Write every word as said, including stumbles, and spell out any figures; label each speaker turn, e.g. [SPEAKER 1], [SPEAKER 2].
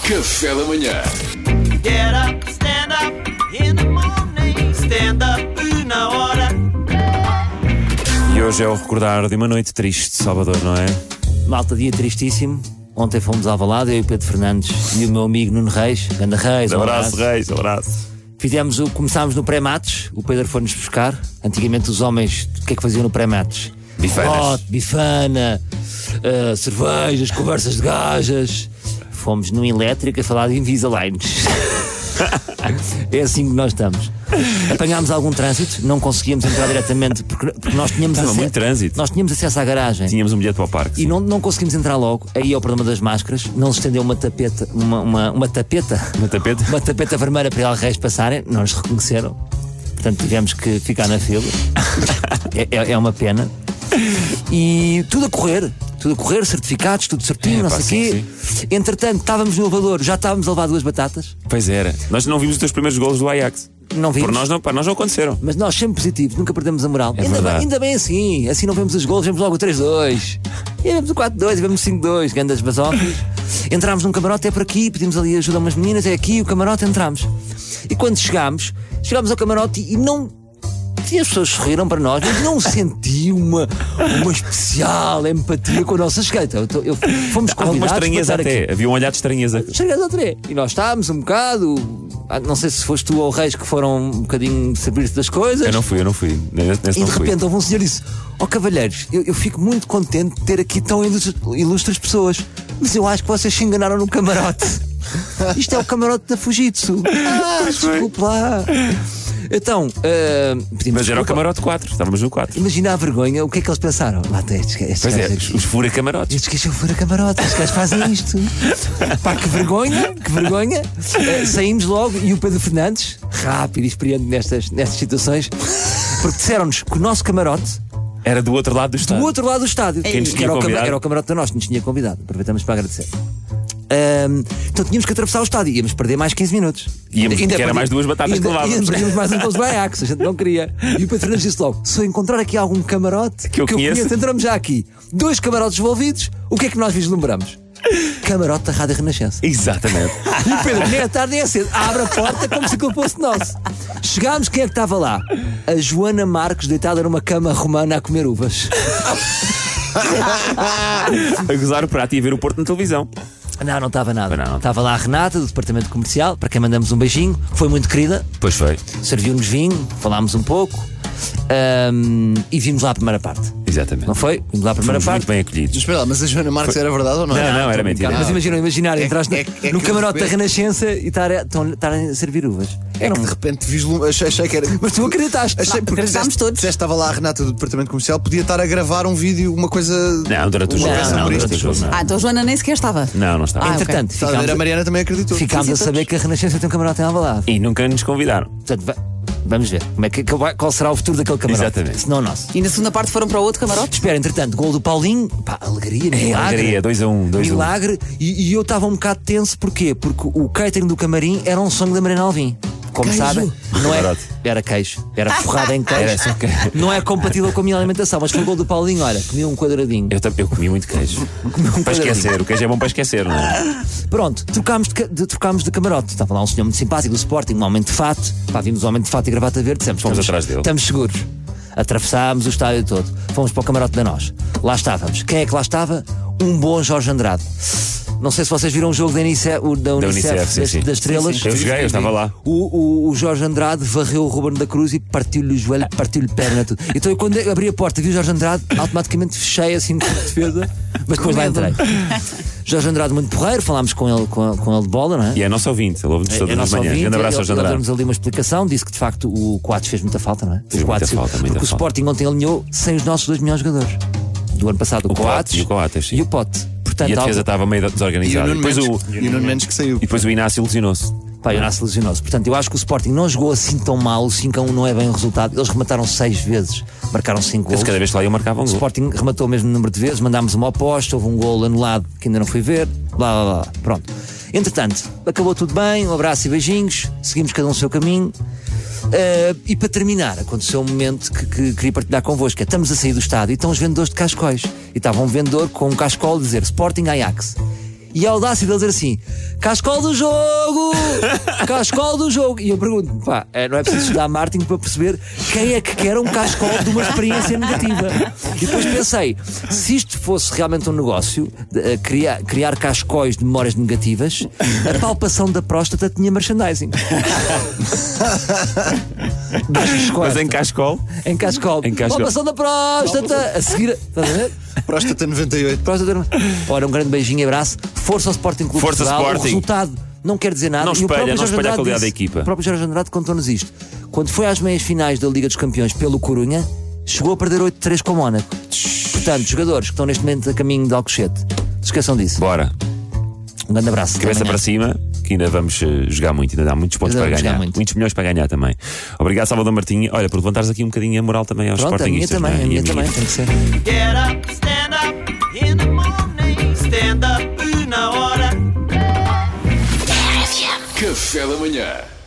[SPEAKER 1] Café da manhã.
[SPEAKER 2] Get up, stand up in the morning. Stand up na hora.
[SPEAKER 3] E hoje é o recordar de uma noite triste de Salvador, não é?
[SPEAKER 4] Malta, dia tristíssimo. Ontem fomos ao Alvalade, eu e o Pedro Fernandes e o meu amigo Nuno Reis. Ganda Reis, um
[SPEAKER 3] Abraço, Reis, abraço.
[SPEAKER 4] Fizemos o, começámos no pré-mates, o Pedro foi-nos buscar. Antigamente os homens, o que é que faziam no pré-mates?
[SPEAKER 3] Bifanas.
[SPEAKER 4] Hot, bifana, uh, cervejas, conversas de gajas. Fomos no elétrico a falar de Invisaligns. É assim que nós estamos. Apanhámos algum trânsito, não conseguíamos entrar diretamente porque, porque nós tínhamos
[SPEAKER 3] Estava
[SPEAKER 4] acesso,
[SPEAKER 3] muito trânsito.
[SPEAKER 4] nós tínhamos acesso à garagem.
[SPEAKER 3] Tínhamos um bilhete para o parque.
[SPEAKER 4] E não, não conseguimos entrar logo. Aí é o problema das máscaras. Não se estendeu uma tapeta, uma, uma, uma tapeta,
[SPEAKER 3] Na tapete?
[SPEAKER 4] uma tapeta vermelha para eles reis passarem. Não nos reconheceram. Portanto, tivemos que ficar na fila. é, é, é uma pena. E tudo a correr, tudo a correr, certificados, tudo certinho,
[SPEAKER 3] É,
[SPEAKER 4] não
[SPEAKER 3] pá,
[SPEAKER 4] sei o quê. Entretanto, estávamos no elevador, já estávamos a levar duas batatas.
[SPEAKER 3] Pois era. Nós não vimos os teus primeiros golos do Ajax.
[SPEAKER 4] Não vimos.
[SPEAKER 3] Por nós não, pá, nós não aconteceram.
[SPEAKER 4] Mas nós sempre positivos, nunca perdemos a moral.
[SPEAKER 3] É
[SPEAKER 4] ainda, bem,
[SPEAKER 3] verdade.
[SPEAKER 4] ainda bem assim, assim não vemos os golos, vemos logo o três dois. E vemos o quatro dois, e vemos o cinco dois, grandes basófias. Entrámos num camarote, é por aqui, pedimos ali ajuda a umas meninas, é aqui, o camarote, entramos. E quando chegámos, chegámos ao camarote e não. E as pessoas sorriram para nós, mas não senti uma, uma especial empatia com a nossa chegada. Eu, eu, fomos
[SPEAKER 3] Há alguma
[SPEAKER 4] convidados para
[SPEAKER 3] estranheza
[SPEAKER 4] estar
[SPEAKER 3] até.
[SPEAKER 4] aqui.
[SPEAKER 3] Havia um olhar de estranheza.
[SPEAKER 4] Chegaste ao trem. E nós estávamos um bocado. ah, Não sei se foste tu ou o Reis que foram um bocadinho servir-se das coisas.
[SPEAKER 3] Eu não fui, eu não fui. Nesse, nesse
[SPEAKER 4] E
[SPEAKER 3] não
[SPEAKER 4] de
[SPEAKER 3] fui.
[SPEAKER 4] repente houve um senhor e disse: ó cavalheiros, eu, eu fico muito contente de ter aqui tão ilustres, ilustres pessoas, mas eu acho que vocês se enganaram no camarote. Isto é o camarote da Fujitsu. Ah, desculpe lá. Então, uh, pedimos
[SPEAKER 3] Mas era o
[SPEAKER 4] desculpa.
[SPEAKER 3] camarote quatro, estávamos no quatro.
[SPEAKER 4] Imagina a vergonha, o que é que eles pensaram? Lá tem estes, estes
[SPEAKER 3] Pois é,
[SPEAKER 4] gajos
[SPEAKER 3] os,
[SPEAKER 4] aqui.
[SPEAKER 3] os fura-camarotes.
[SPEAKER 4] Estes gajos são fura camarote, estes gajos fazem isto. Pá, que vergonha, que vergonha. Uh, saímos logo e o Pedro Fernandes, rápido e experiente nestas, nestas situações, porque disseram-nos que o nosso camarote,
[SPEAKER 3] Era do outro lado do
[SPEAKER 4] do
[SPEAKER 3] estádio.
[SPEAKER 4] outro lado do estádio,
[SPEAKER 3] Quem nos
[SPEAKER 4] que
[SPEAKER 3] tinha
[SPEAKER 4] era, o cama-
[SPEAKER 3] convidado?
[SPEAKER 4] era o camarote da nós, que nos tinha convidado. Aproveitamos para agradecer. Um, então tínhamos que atravessar o estádio, íamos perder mais quinze minutos.
[SPEAKER 3] Íamos, porque era
[SPEAKER 4] perdi-
[SPEAKER 3] mais duas batatas
[SPEAKER 4] ainda,
[SPEAKER 3] que levávamos.
[SPEAKER 4] ainda perdíamos mais um gols do Ajax, a gente não queria. E o Pedro Fernandes disse logo: se eu encontrar aqui algum camarote
[SPEAKER 3] Que eu conheço.
[SPEAKER 4] entramos já aqui. Dois camarotes envolvidos, o que é que nós vislumbramos? Camarote da Rádio Renascença.
[SPEAKER 3] Exatamente.
[SPEAKER 4] E o Pedro, nem é tarde nem é cedo, abre a porta como se aquilo fosse nosso. Chegámos, quem é que estava lá? A Joana Marques, deitada numa cama romana a comer uvas.
[SPEAKER 3] A gozar o prato e a ver o Porto na televisão.
[SPEAKER 4] Não, não estava nada.
[SPEAKER 3] Não, não.
[SPEAKER 4] Estava lá a Renata, do departamento comercial, para quem mandamos um beijinho. Foi muito querida,
[SPEAKER 3] Pois foi.
[SPEAKER 4] serviu-nos vinho, falámos um pouco ahm, e vimos lá a primeira parte.
[SPEAKER 3] Exatamente.
[SPEAKER 4] Não foi? Vimos lá a primeira
[SPEAKER 3] Fomos
[SPEAKER 4] parte.
[SPEAKER 3] muito bem acolhidos.
[SPEAKER 5] Espera lá, mas a Joana Marques era verdade ou não?
[SPEAKER 3] Não, não, era
[SPEAKER 5] estou
[SPEAKER 3] mentira.
[SPEAKER 5] brincando.
[SPEAKER 4] Mas imagina, imaginar,
[SPEAKER 5] É-
[SPEAKER 4] entraste
[SPEAKER 5] é- é
[SPEAKER 4] no
[SPEAKER 5] que
[SPEAKER 4] camarote
[SPEAKER 5] de
[SPEAKER 4] da
[SPEAKER 5] repente-
[SPEAKER 4] Renascença e estar a, estão- estarem a servir uvas.
[SPEAKER 5] É que de repente vislum... achei, achei que era.
[SPEAKER 4] Mas tu acreditaste.
[SPEAKER 5] Achei, porque
[SPEAKER 6] acreditámos
[SPEAKER 5] disseste,
[SPEAKER 6] todos.
[SPEAKER 5] disseste estava lá a Renata do departamento comercial, podia estar a gravar um vídeo, uma coisa.
[SPEAKER 3] Não, durante o
[SPEAKER 5] uma
[SPEAKER 3] jogo.
[SPEAKER 5] peça
[SPEAKER 4] não,
[SPEAKER 3] Não,
[SPEAKER 5] humorística.
[SPEAKER 3] durante o jogo, não.
[SPEAKER 6] Ah, então a Joana nem sequer estava.
[SPEAKER 3] Não, não estava.
[SPEAKER 6] Ah, ok.
[SPEAKER 4] Entretanto,
[SPEAKER 5] Estás a ver, a
[SPEAKER 4] ficámos,
[SPEAKER 5] Mariana também acreditou.
[SPEAKER 4] ficámos
[SPEAKER 6] Sim,
[SPEAKER 4] a
[SPEAKER 6] sim,
[SPEAKER 4] saber
[SPEAKER 6] todos.
[SPEAKER 4] que a Renascença tem um camarote em Alvalade.
[SPEAKER 3] E nunca nos convidaram.
[SPEAKER 4] Portanto, va- vamos ver como é que, qual será o futuro daquele camarote.
[SPEAKER 3] Exatamente.
[SPEAKER 4] Se não o nosso.
[SPEAKER 6] E na segunda parte foram para o outro camarote?
[SPEAKER 4] Espera, entretanto, gol do Paulinho, pá, alegria, milagre.
[SPEAKER 3] Alegria, dois a um, dois a um.
[SPEAKER 4] Milagre, e, e eu estava um bocado tenso, porquê? Porque o catering do camarim era um sonho da Mariana Alvim. Como
[SPEAKER 5] Queijo?
[SPEAKER 4] sabem, não é,
[SPEAKER 3] Camarote.
[SPEAKER 4] era queijo, era forrado em queijo.
[SPEAKER 3] Era só que-
[SPEAKER 4] Não é compatível com a minha alimentação, mas foi o gol do Paulinho, olha, comi um quadradinho.
[SPEAKER 3] Eu, tam- eu comi muito queijo. Para esquecer, o queijo é bom para esquecer, não é?
[SPEAKER 4] Pronto, trocámos de, ca- de, trocámos de camarote. Estava lá um senhor muito simpático do Sporting, um homem de fato. Pá, vimos um homem de fato e gravata verde, dissemos:
[SPEAKER 3] Fomos
[SPEAKER 4] estamos,
[SPEAKER 3] atrás dele.
[SPEAKER 4] estamos seguros. Atravessámos o estádio todo. Fomos para o camarote da nós. Lá estávamos. Quem é que lá estava? Um bom Jorge Andrade. Não sei se vocês viram o jogo da Unicef, o da Unicef,
[SPEAKER 3] Unicef, sim,
[SPEAKER 4] das,
[SPEAKER 3] sim.
[SPEAKER 4] das estrelas.
[SPEAKER 3] Eu joguei, eu estava lá.
[SPEAKER 4] O, o, o Jorge Andrade varreu o Ruben da Cruz e partiu-lhe o joelho, partiu-lhe a perna, tudo. Então eu, quando abri a porta e vi o Jorge Andrade, automaticamente fechei assim com defesa, mas depois lá entrei. Jorge Andrade muito porreiro, falámos com ele, com, com ele de bola, não é?
[SPEAKER 3] E é nosso ouvinte, ele ouve-nos todas as
[SPEAKER 4] nosso
[SPEAKER 3] manhãs.
[SPEAKER 4] ouvinte,
[SPEAKER 3] Grande abraço ao
[SPEAKER 4] ele, ele
[SPEAKER 3] Andrade.
[SPEAKER 4] deu-nos ali uma explicação, disse que de facto o Coates fez muita falta, não é?
[SPEAKER 3] Fez
[SPEAKER 4] o
[SPEAKER 3] muita
[SPEAKER 4] Coates,
[SPEAKER 3] falta, muita
[SPEAKER 4] porque o
[SPEAKER 3] falta.
[SPEAKER 4] Sporting ontem alinhou sem os nossos dois melhores jogadores. Do ano passado o,
[SPEAKER 3] O
[SPEAKER 4] Coates
[SPEAKER 3] Coates e o Coates, sim.
[SPEAKER 4] e o Pote. Portanto,
[SPEAKER 3] E a defesa
[SPEAKER 4] algo-
[SPEAKER 3] estava meio
[SPEAKER 5] E o
[SPEAKER 3] desorganizada.
[SPEAKER 5] Nuno
[SPEAKER 3] Depois
[SPEAKER 5] Mendes,
[SPEAKER 3] o,
[SPEAKER 5] e o Nuno Mendes que saiu.
[SPEAKER 3] e depois o Inácio lesionou-se.
[SPEAKER 4] Pá, o Inácio lesionou-se. Portanto, eu acho que o Sporting não jogou assim tão mal. O cinco a um não é bem o resultado. Eles remataram seis vezes, marcaram cinco
[SPEAKER 3] Eles
[SPEAKER 4] golos.
[SPEAKER 3] cada vez que lá iam marcavam um
[SPEAKER 4] O
[SPEAKER 3] gol.
[SPEAKER 4] Sporting rematou o mesmo número de vezes, mandámos uma aposta, houve um gol anulado que ainda não fui ver, blá blá blá. Pronto. Entretanto, acabou tudo bem, um abraço e beijinhos, seguimos cada um o seu caminho. Uh, e para terminar, aconteceu um momento que, que queria partilhar convosco, que é, estamos a sair do estádio e estão os vendedores de cascóis. E estava um vendedor com um cascol a dizer Sporting Ajax. E a audácia dele dizer assim: Cascol do jogo! Cascol do jogo! E eu pergunto: pá, não é preciso estudar marketing para perceber quem é que quer um cascol de uma experiência negativa. E depois pensei: se isto fosse realmente um negócio, de, uh, criar, criar cascóis de memórias negativas, a palpação da próstata tinha merchandising.
[SPEAKER 3] Mas em cascol?
[SPEAKER 4] Em cascol.
[SPEAKER 3] Em cascol.
[SPEAKER 4] Palpação da próstata! A seguir. Estás a ver?
[SPEAKER 5] Próstata noventa e oito.
[SPEAKER 4] Próstata. Ora, um grande beijinho e abraço. Força ao Sporting Clube
[SPEAKER 3] Força
[SPEAKER 4] de Portugal.
[SPEAKER 3] Sporting.
[SPEAKER 4] O resultado não quer dizer nada.
[SPEAKER 3] Não
[SPEAKER 4] E o
[SPEAKER 3] espelha,
[SPEAKER 4] próprio
[SPEAKER 3] não
[SPEAKER 4] Jorge
[SPEAKER 3] espelha a
[SPEAKER 4] Andrade
[SPEAKER 3] qualidade da
[SPEAKER 4] disse-
[SPEAKER 3] equipa.
[SPEAKER 4] O próprio Jorge Andrade contou-nos isto. Quando foi às meias finais da Liga dos Campeões pelo Corunha, chegou a perder oito a três com o Mónaco. Portanto, jogadores que estão neste momento a caminho de Alcochete, se esqueçam disso.
[SPEAKER 3] Bora.
[SPEAKER 4] Um grande abraço. Até
[SPEAKER 3] Cabeça
[SPEAKER 4] amanhã.
[SPEAKER 3] para cima, que ainda vamos uh, jogar muito, ainda dá muitos pontos
[SPEAKER 4] Ainda
[SPEAKER 3] para
[SPEAKER 4] vamos
[SPEAKER 3] ganhar.
[SPEAKER 4] jogar muito.
[SPEAKER 3] Muitos milhões para ganhar também. Obrigado, Salvador Martinho. Olha, por levantares aqui um bocadinho a moral também aos
[SPEAKER 4] Pronto, a minha
[SPEAKER 3] sportinguistas.
[SPEAKER 4] também,
[SPEAKER 3] não é?
[SPEAKER 4] a
[SPEAKER 3] E
[SPEAKER 4] minha também, tem que ser.
[SPEAKER 2] Get up, stand up in the morning. Stand up, una hora.
[SPEAKER 1] Café da manhã.